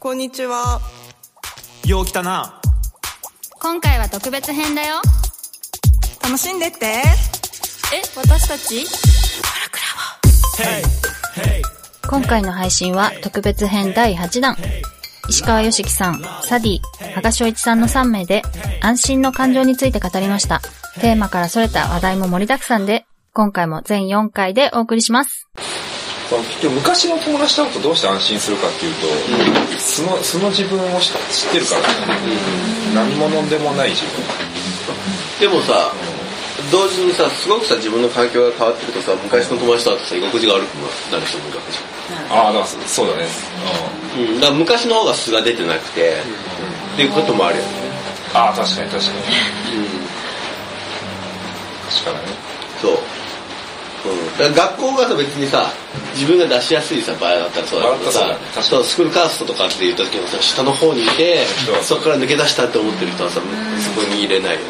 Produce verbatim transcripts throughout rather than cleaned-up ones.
こんにちは。 よう来たな。 今回は特別編だよ。 楽しんでって。え、 私たちヘイヘイ。 今回の配信は特別編だいはちだん。石川よしきさん、サディ、羽賀翔一さんのさんめいで安心の感情について語りました。テーマからそれた話題も盛りだくさんで、今回も全よんかいでお送りします。 結局昔の友達だとどうして安心するかっていうと、うん、素の素の自分を知ってるからね、うん、何者でもない自分。 でもさ、同時にさ、すごくさ自分の環境が変わってるとさ、昔の友達と会ってさ居心地が悪くなる人もいるわけじゃん。 ああ、だからそうだね。 うん、だから昔の方が素が出てなくて、うん、っていうこともあるよね。 ああ、確かに確かに。うん。確かにね。 そう。うん、だから学校がさ別にさ自分が出しやすいさ場合だったらそうだけどさ、そうスクールカーストとかって言った時もさ下の方にいてそこから抜け出したって思ってる人はさそこに入れないよね。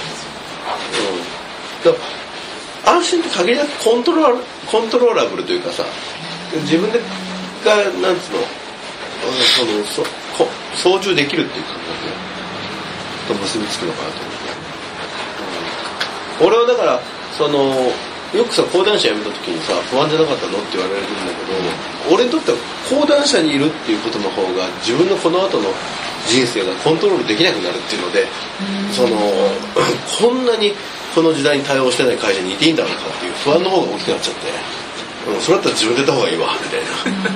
うん、だから安心って限りなくコントローラコントローラブルというかさ自分でがなんつうのそのそこ操縦できるっていう感覚と結びつくのかなと思う、うん、俺はだからそのよくさ講談社辞めた時にさ不安じゃなかったのって言われるんだけど、俺にとっては講談社にいるっていうことの方が自分のこの後の人生がコントロールできなくなるっていうので、そのこんなにこの時代に対応してない会社にいていいんだろうかっていう不安の方が大きくなっちゃって、うん、それだったら自分でやった方がいいわみたいな、うん、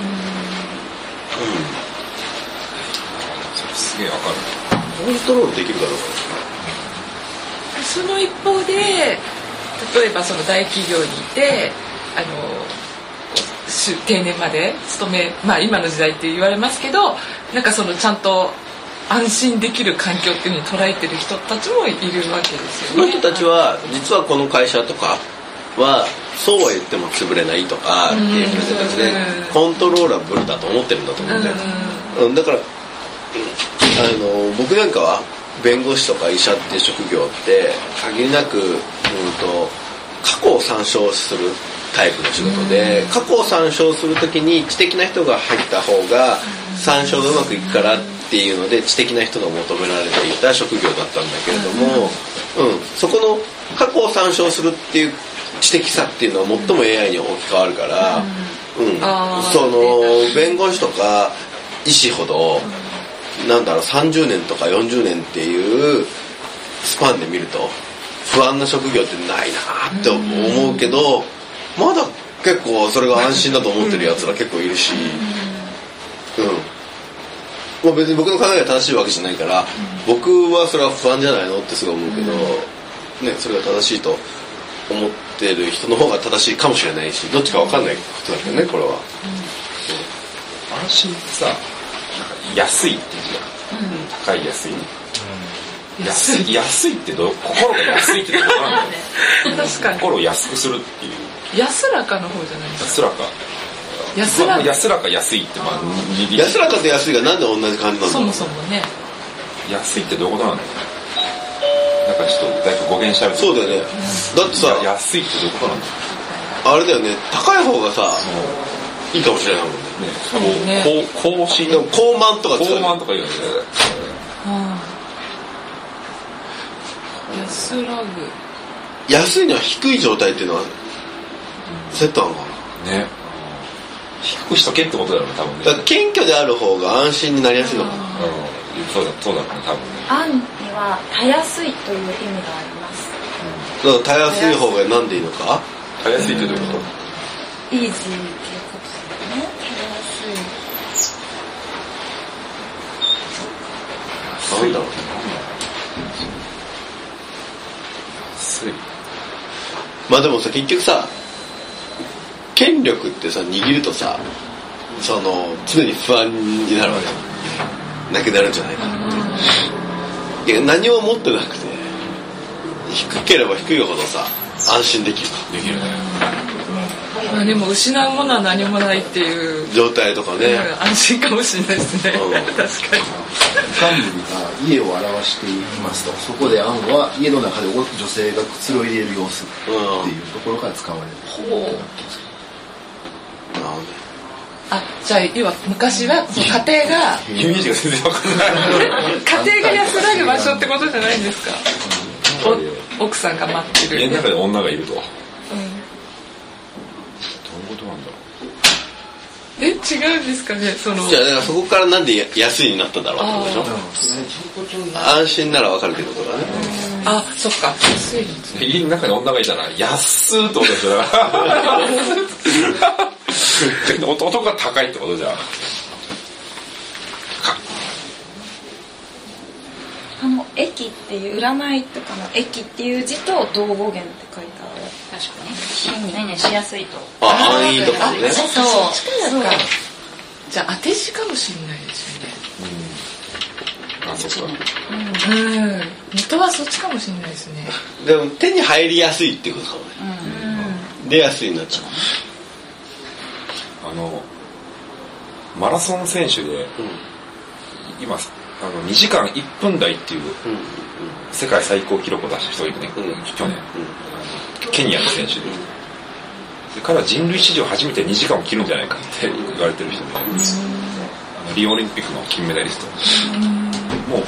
それすげえわかる。 コントロールできるかどうか。 その一方で例えばその大企業にいてあの定年まで勤め、まあ今の時代って言われますけど、なんかそのちゃんと安心できる環境っていう風に捉えてる人たちもいるわけですよね。 その人たちは実はこの会社とかはそうは言っても潰れないとかっていう人たちでコントローラブルだと思ってるんだと思うんだよ、うん、だからあの僕なんかは弁護士とか医者っていう職業って限りなく、うん、と過去を参照するタイプの仕事で、過去を参照するときに知的な人が入った方が参照がうまくいくからっていうので知的な人が求められていた職業だったんだけれども、うん、そこの過去を参照するっていう知的さっていうのは最も エーアイ に大きく変わるから、うん、その弁護士とか医師ほどなんだろうさんじゅうねんとかよんじゅうねんっていうスパンで見ると不安な職業ってないなって思うけど、まだ結構それが安心だと思ってるやつら結構いるし、うん、もう別に僕の考えが正しいわけじゃないから僕はそれは不安じゃないのってすごい思うけど、ね、それが正しいと思ってる人の方が正しいかもしれないし、どっちか分かんないことだけどねこれは、 うん、安心ってさ安いって言うじゃん、うん、高い安い、うん、安い安いってどう心が安いってどういうことなんだよ確かに心を安くするっていう安らかの方じゃないですか。 安らか安らか安らか安いってまあ安らかと安いがなんで同じ感じなんだろう。 そもそもね安いってどういうことなんだよ。なんかちょっとだいぶ語源してある。 そうだよね、うん、だってさ安いってどういうことなんだよ。 あれだよね、高い方がさ、うん、いいかもしれないもんね。 そうね。 こう、こうしでも高慢とか高慢とか言うんだよね。 安らぐ。 安いのは低い状態っていうのはセットなのかな。 ね。低くしとけってことだろうね多分ね。 だから謙虚である方が安心になりやすいのかな。うん、 そうだそうだろうね多分ね。 安にはたやすいという意味があります。 うん、だからたやすい方がなんでいいのか。 たやすいってどういうこと？ イージーっていうことですね。 なんだろうね。 安い。 まあでもさ結局さ権力ってさ握るとさその常に不安になるわけなくなるんじゃないかって。いや何も持ってなくて低ければ低いほどさ安心できるできるね。 まあでも失うものは何もないっていう状態とかね、 安心かもしれないですね、うん、確かに幹部が家を表していますと、そこで安は家の中で女性がくつろいでいる様子っていうところから使われる、うん、 ほうなるほどね。 あ、じゃあ要は昔はその家庭がイメージが全然わかんない家庭が安らぐ場所ってことじゃないんですか。お奥さんが待ってる家の中で女がいると、うん、どういうことなんだろう。え、違うんですかね。そのじゃあだからそこからなんで安いになったんだろうってことでしょ。安心ならわかるけどとかね。 あ、そっか、安い。 家の中に女がいたら安ーってことでしょ。だから男が高いってことじゃん。 あの駅っていう占いとかの駅っていう字と同語源って書いてある。 確かに真に何々しやすいと。 あ、安易とかね。 そうそうそう。じゃあ当て字かもしれないですよね。 うん。あ、そっか。 うん。元はそっちかもしれないですね。 でも手に入りやすいってことかもね。うん。で安いになっちゃう。 あのマラソン選手で、うん、今あのにじかんいっぷん台っていう世界最高記録を出した人がいるね、うん、去年、うん、ケニアの選手で、で彼は人類史上初めてにじかんを切るんじゃないかって言われてる人で、うん、あのリオオリンピックの金メダリスト、うん、もう、もう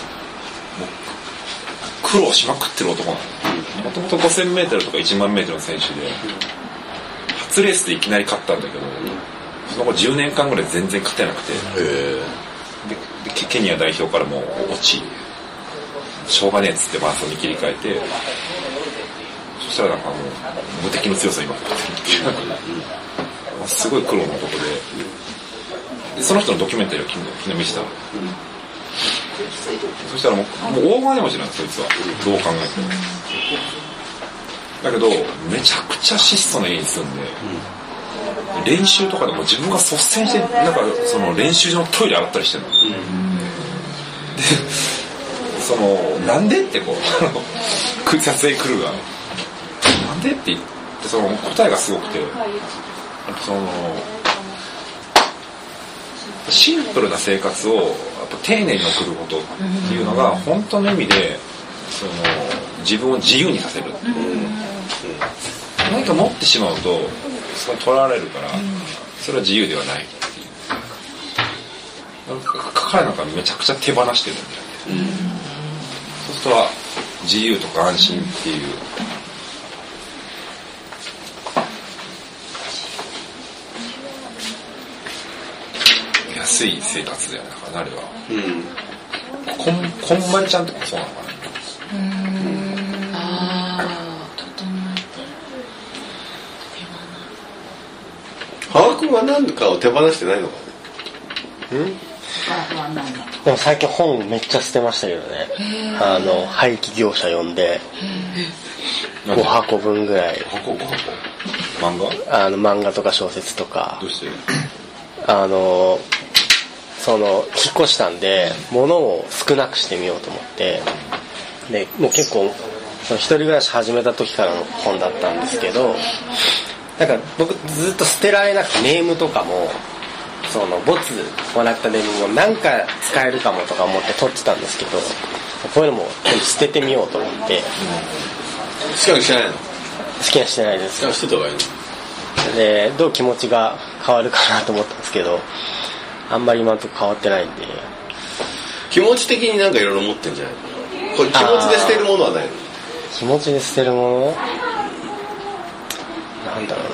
苦労しまくってる男なの。もともとごせんメートルとかいちまんメートルの選手で初レースでいきなり勝ったんだけど、その後じゅうねんかんぐらい全然勝てなくて、ででケニア代表からも落ち、しょうがねえっつってマラソンに切り替えて、そしたらなんかもう無敵の強さになってるっていう、すごい苦労の男で、でその人のドキュメンタリーを昨日昨日見せたの、うん、そしたらもう、もう大金持ちなんです、そいつは。どう考えても。だけどめちゃくちゃ質素な家に住んで、うん、練習とかでも自分が率先してなんかその練習場のトイレ洗ったりしてるの、うん、でそのなんでってこう撮影クルーがなんでって言ってその答えがすごくて、そのシンプルな生活をやっぱ丁寧に送ることっていうのが本当の意味でその自分を自由にさせる、うん、何か持ってしまうとそれ取られるから、それは自由ではないっていう。なんか彼なんかめちゃくちゃ手放してるんだよね、うん、そうすると自由とか安心っていう安い生活だよね、あれは、うん、こん、こんまりちゃんとかそうなのかな。うーん、ああ、整えて手放ハワ君は何かを手放してないのかね。うんでも最近本めっちゃ捨てましたけどね。あの廃棄業者呼んでごはこぶんぐらい。 漫画？あの漫画とか小説とか。 どうして？ あのその引っ越したんで物を少なくしてみようと思って、でもう結構その一人暮らし始めた時からの本だったんですけど、なんか僕ずっと捨てられなくてネームとかもそのボツもらったネームを何か使えるかもとか思って取ってたんですけど、こういうのも捨ててみようと思って。 好きなのしてないの？ 好きなのしてないです。 好きなのしてた方がいいの？ でどう気持ちが変わるかなと思ったんですけど、あんまり今のとこ変わってないんで。 気持ち的になんかいろいろ持ってんじゃないの？これ気持ちで捨てるものはないの？ 気持ちで捨てるものなんだろう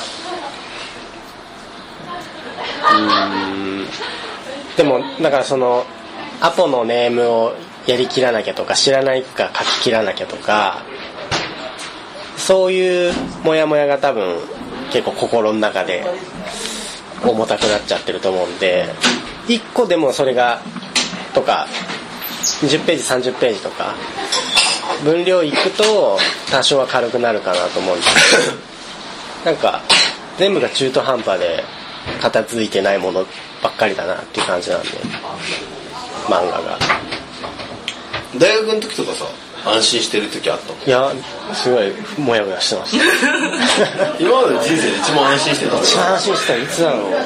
な。うーんでもだからそのアポのネームをやりきらなきゃとか知らないか書ききらなきゃとか、そういうモヤモヤが多分結構心の中で重たくなっちゃってると思うんで、いっこでもそれがとかじゅっページさんじゅっページとか分量いくと多少は軽くなるかなと思うんですけどなんか全部が中途半端で片付いてないものばっかりだなっていう感じなんで、漫画が。 大学の時とかさ安心してる時あったの？ いやすごいモヤモヤしてました今までの人生で一番安心してたの？ 一番安心してたのいつだろう。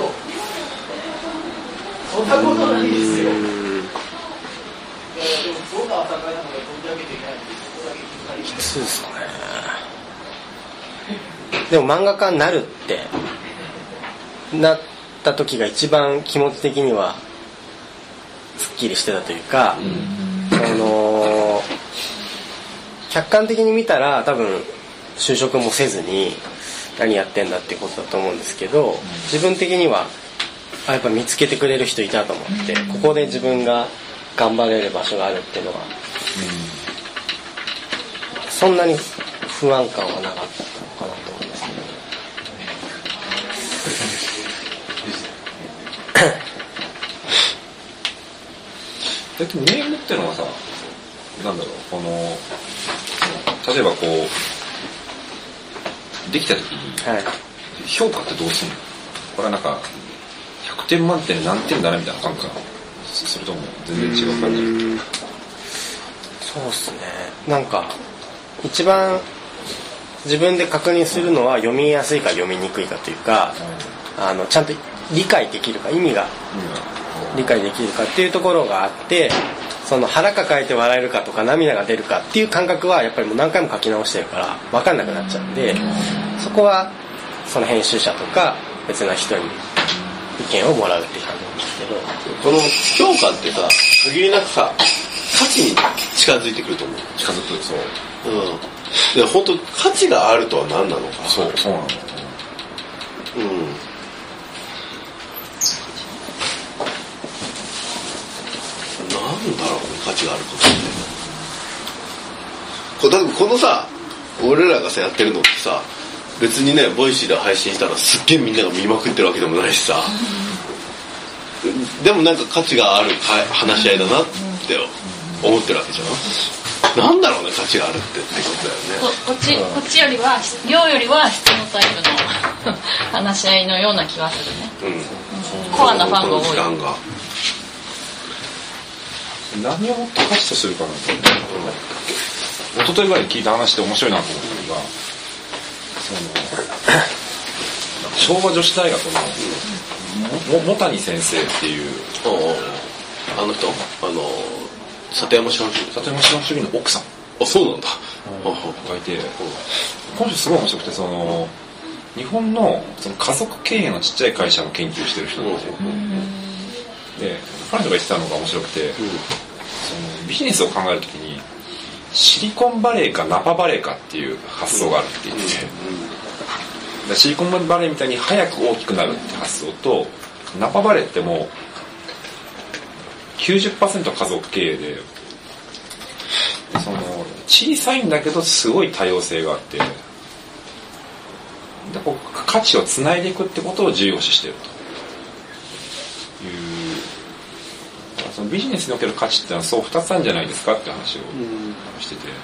うーんいつですかね。でも漫画家になるってなった時が一番気持ち的にはすっきりしてたというか、うん、その客観的に見たら多分就職もせずに何やってんだっていうことだと思うんですけど、自分的にはあやっぱ見つけてくれる人いたと思って、ここで自分が頑張れる場所があるっていうのは、うん、そんなに不安感はなかったのかなと思いますね。 だってネームってのはさ、なんだろう、この例えばこうできた時に評価ってどうするの？これはなんかひゃくてん満点何点だなみたいな感覚かな、それとも全然違う感じ？ うん、そうっすね。なんか一番自分で確認するのは読みやすいか読みにくいかというか、うん、あのちゃんと理解できるか、意味が理解できるかっていうところがあって、その腹抱えて笑えるかとか涙が出るかっていう感覚はやっぱりもう何回も書き直してるから分かんなくなっちゃうんで、そこはその編集者とか別な人に意見をもらうっていう感じなんですけど、 この評価ってさ、限りなくさ価値に近づいてくると思う。 近づく、そう、 うん、で本当価値があるとは何なのか。 そう、そうなんだ。 うん。なんだろうね、価値があることって。これこのさ、俺らがさやってるのってさ、別にねボイシーで配信したらすっげえみんなが見まくってるわけでもないしさ、でもなんか価値がある話し合いだなって思ってるわけじゃん。なんだろうね、価値があるってってことだよね。 こ, こ, っちこっちよりは量よりは質のタイプの話し合いのような気がするね、うん、コアなファンが多い。 何をもっと価値とするかなんて、一昨日ぐらいに聞いた話で面白いなと思ったのが、その昭和女子大学のもも谷先生っていう、 あの人、あの里山資本主義里山資本主義の奥さん、 あ、そうなんだ、 がいて、この人すごい面白くて、その日本 の, その家族経営のちっちゃい会社の研究してる人なんですよ。で彼女が言ってたのが面白くて、うん、そのビジネスを考えるときにシリコンバレーかナパバレーかっていう発想があるって言って、うんうん、シリコンバレーみたいに早く大きくなるって発想と、ナパバレーってもう きゅうじゅっパーセント 家族経営で、その小さいんだけどすごい多様性があって、でこう価値をつないでいくってことを重要視しているという、そのビジネスにおける価値ってのはそうふたつあるんじゃないですかって話をしてて、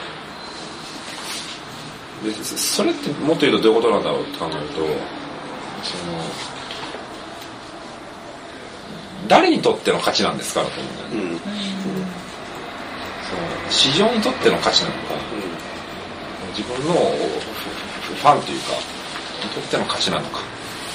でそれってもっと言うとどういうことなんだろうって考えると、その誰にとっての価値なんですかだと思うんだよね、うん、その市場にとっての価値なのか、うん、自分のファンというかにとっての価値なのか。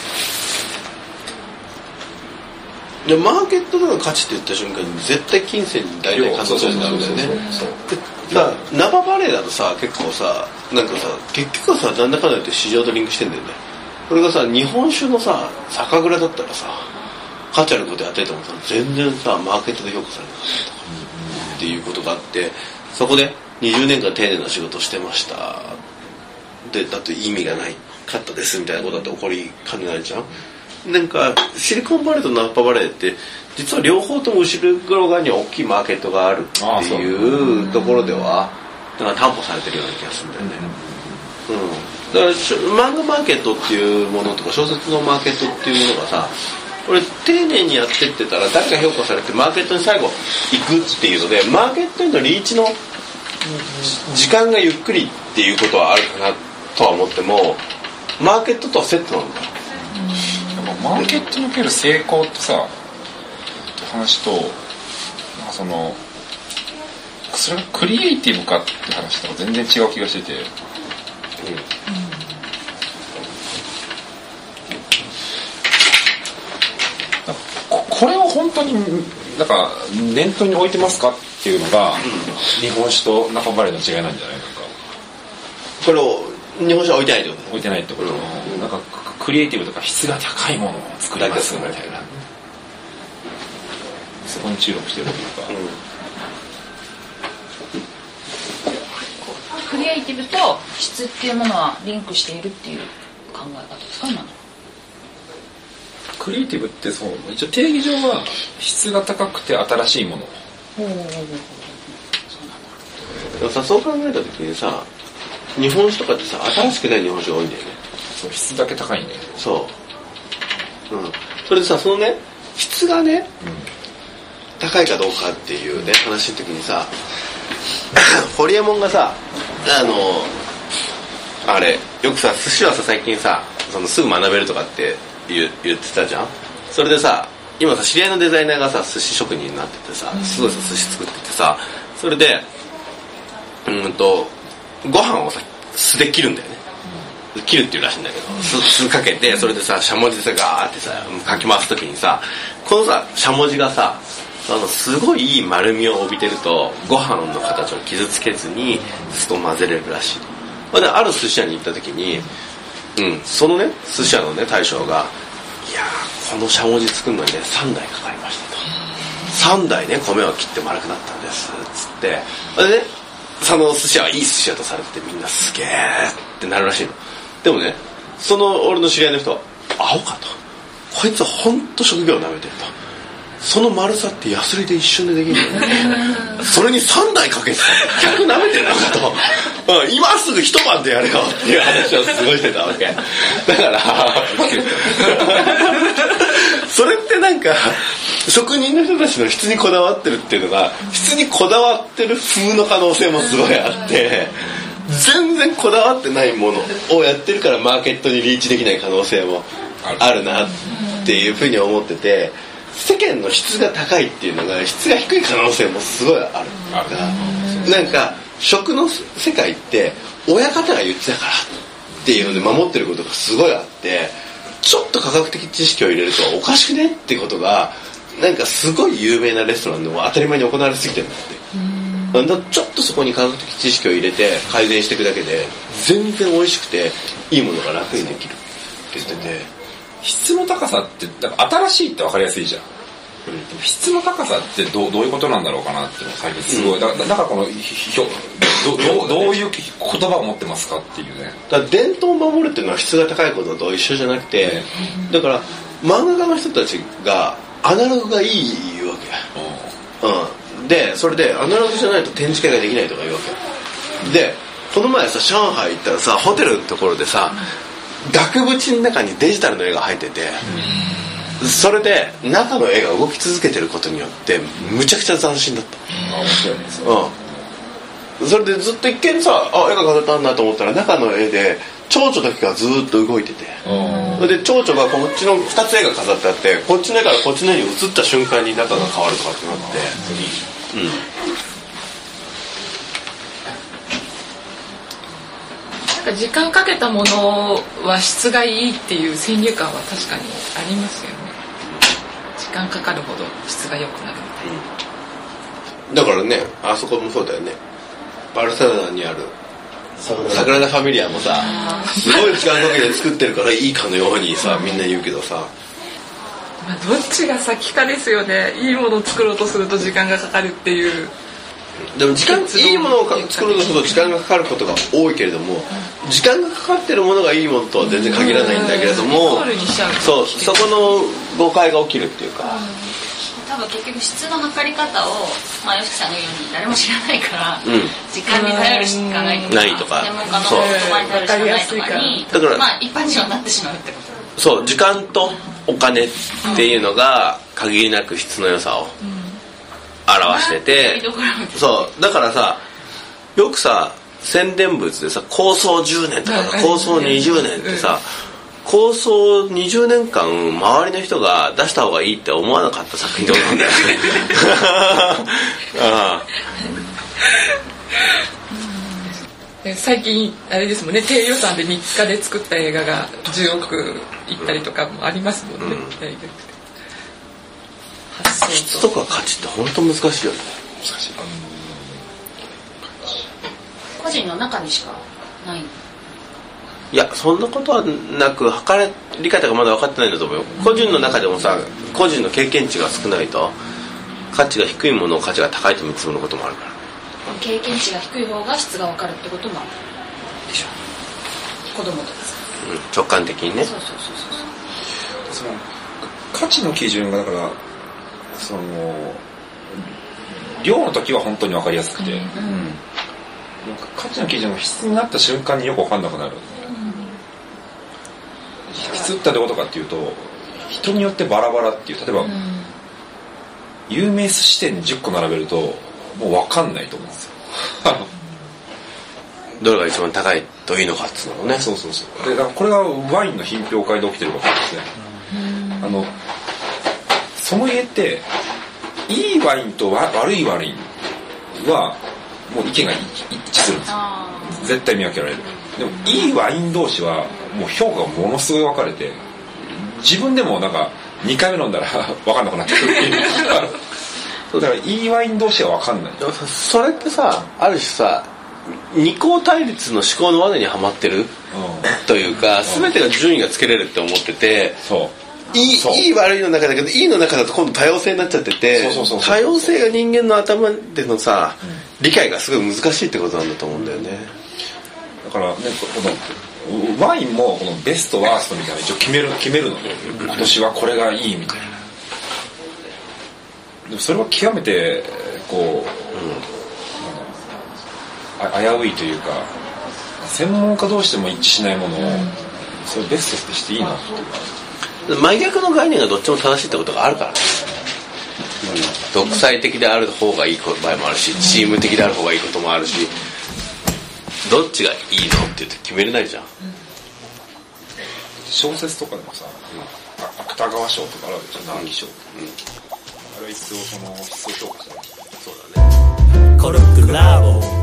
でマーケットでの価値って言った瞬間に絶対金銭に大体関係するんだよね。だからナパバレーだとさ、結構さ、なんかさ、結局はさ、なんだかんだ言って市場とリンクしてんだよね。これがさ、日本酒のさ、酒蔵だったらさ、価値あることやってると思ったら全然さ、マーケットで評価されなかったとか、うん、っていうことがあって、そこでにじゅうねんかん丁寧な仕事をしてましたで、だと意味がないかったですみたいなことだって起こりかねないじゃん。なんかシリコンバレーとナパバレーって実は両方とも後ろ側には大きいマーケットがあるっていうところではなんか担保されてるような気がするんだよね、うん、だから漫画マーケットっていうものとか小説のマーケットっていうものがさ、俺丁寧にやってってたら誰か評価されてマーケットに最後行くっていうので、マーケットへのリーチの時間がゆっくりっていうことはあるかなとは思っても、マーケットとはセットなんだ。 マーケットにおける成功ってさ、話と、なんかそのそれがクリエイティブかって話と全然違う気がしてて、うん、こ, これを本当になんか念頭に置いてますかっていうのが、うん、日本酒とナパバレーの違いなんじゃないのか。 これを日本酒は置いてないってこと？ 置いてないってこと、うん、なんかクリエイティブとか質が高いものを作りますみたいな、そこに注力してるというか、 うん、クリエイティブと質っていうものはリンクしているっていう考え方ですか今の。 クリエイティブってそう一応定義上は質が高くて新しいもの。 でもさ、そう考えた時にさ、日本酒とかってさ、新しくない日本酒が多いんだよね。 そう、質だけ高いんだよね。 そう、うん、それでさ、そのね質がね、うん、高いかどうかっていうね話の時にさホリエモンがさ、あのあれよくさ、寿司はさ最近さ、そのすぐ学べるとかって言, 言ってたじゃん。それでさ、今さ知り合いのデザイナーがさ寿司職人になっててさ、すごいさ寿司作っててさ、それでうんとご飯をさ酢で切るんだよね。切るっていうらしいんだけど、酢, 酢かけて、それでさしゃもじでさガーってさかき回す時にさ、このさしゃもじがさ、あのすごいいい丸みを帯びてるとご飯の形を傷つけずに酢と混ぜれるらしい。である寿司屋に行った時に、うん、そのね寿司屋のね大将が、いやーこのしゃもじ作るのにねさんだいかかりましたと。さんだいね米を切って丸くなったんですつって、でねその寿司屋はいい寿司屋とされてて、みんなすげーってなるらしいの。でもね、その俺の知り合いの人はアホかと、こいつは本当職業をなめてると、その丸さってヤスリで一瞬でできるんだよそれにさんだいかけてた客なめてるのかと、うん、今すぐ一晩でやれよっていう話をすごいしてたわけだからそれってなんか職人の人たちの質にこだわってるっていうのが、質にこだわってる風の可能性もすごいあって、全然こだわってないものをやってるからマーケットにリーチできない可能性もあるなっていうふうに思ってて、世間の質が高いっていうのが質が低い可能性もすごいあるから、なんか食の世界って親方が言ってたからっていうので守ってることがすごいあって、ちょっと科学的知識を入れるとおかしくねってことがなんかすごい有名なレストランでも当たり前に行われすぎてるんだって。だちょっとそこに科学的知識を入れて改善していくだけで全然美味しくていいものが楽にできるって言ってて、 質の高さってだから新しいって分かりやすいじゃん、うん、でも質の高さってど う, どういうことなんだろうかなって最近すごい、うん、だ, だからこのひょ ど, ど, どういう言葉を持ってますかっていうね。 だから伝統を守るっていうのは質が高いことと一緒じゃなくて、だから漫画家の人たちがアナログがいいわけ、うん、でそれでアナログじゃないと展示会ができないとか言うわけで、この前さ上海行ったらさホテルのところでさ額縁の中にデジタルの絵が入ってて、それで中の絵が動き続けてることによってむちゃくちゃ斬新だった。 あ、面白いですね。 うん、それでずっと一見さあ絵が飾ってあるなと思ったら中の絵で蝶々だけがずっと動いてて、で蝶々がこっちのふたつ絵が飾ってあって、こっちの絵からこっちの絵に移った瞬間に中が変わるとかってなって、うん、 なんか時間かけたものは質がいいっていう先入観は確かにありますよね。時間かかるほど質が良くなるみたいな、 うん、だからねあそこもそうだよね。バルセロナにあるサグラダ・ファミリアもさすごい時間かけて作ってるからいいかのようにさみんな言うけどさ、 まあ、どっちが先かですよね。いいものを作ろうとすると時間がかかるっていう。 でも時間いいものを作ろうとすると時間がかかることが多いけれども、時間がかかってるものがいいものとは全然限らないんだけれども、そう、そこの誤解が起きるっていうか、 多分結局質の測り方を、まあ、吉木さんのように誰も知らないから、うん、時間に頼るしかないとか、 ないとか専門家の言葉に頼るしかないとかに、だからまあ一般人になってしまうってこと。 そう、時間とお金っていうのが限りなく質の良さを表してて、そうだからさ、よくさ宣伝物でさ構想じゅうねんとか構想にじゅうねんってさ、構想にじゅうねんかん周りの人が出した方がいいって思わなかった作品ってことなんだよねああ最近あれですもんね、低予算でみっかで作った映画がじゅうおくいったりとかもありますもんね、うん、 質とか価値って本当難しいよね。難しい。 個人の中にしかない。 いやそんなことはなく測り方がまだ分かってないんだと思うよ。個人の中でもさ、個人の経験値が少ないと価値が低いものを価値が高いと見積もることもあるから。 経験値が低い方が質が分かるってこともあるでしょ。 子供とかさ、 うん、直感的にね。 そうそうそうそうその価値の基準がだからその量の時は本当に分かりやすくて、うんうん、価値の基準が質になった瞬間によく分かんなくなる、うん、質ってどういうことかっていうと人によってバラバラっていう、例えば、うん、有名寿司店にじゅっこ並べるともう分かんないと思うんですよどれが一番高いといいのかっつうのね。 そうそうそう。でだからこれがワインの品評会で起きてるわけですね。あのソムリエっていいワインと悪いワインはもう意見が一致するんですよ。絶対見分けられる。でもいいワイン同士はもう評価がものすごい分かれて、自分でもなんかにかいめ飲んだら分かんなくなってくるっていうだからいいワイン同士は分かんない。 それってさ、ある種さ二項対立の思考の罠にはまってる、うん、というか、全てが順位がつけれるって思ってて、 そういい、いい悪いの中だけど、いいの中だと今度多様性になっちゃってて、多様性が人間の頭でのさ、うん、理解がすごい難しいってことなんだと思うんだよね。 だからね、このワインもこのベストワーストみたいな一応決める決めるので、今年はこれがいいみたいな。でもそれは極めてこう、うん、危ういというか、専門家同士でも一致しないものを、うん、それベストってしていいなっていうか。 真逆の概念がどっちも正しいってことがあるからね、うん、独裁的である方がいい場合もあるし、チーム的である方がいいこともあるし、どっちがいいのって言って決めれないじゃん。 小説とかでもさ、うん、芥川賞とかあるわけじゃん、直木賞、うん、あれは一応その質を評価したらそうだね。コルクラボ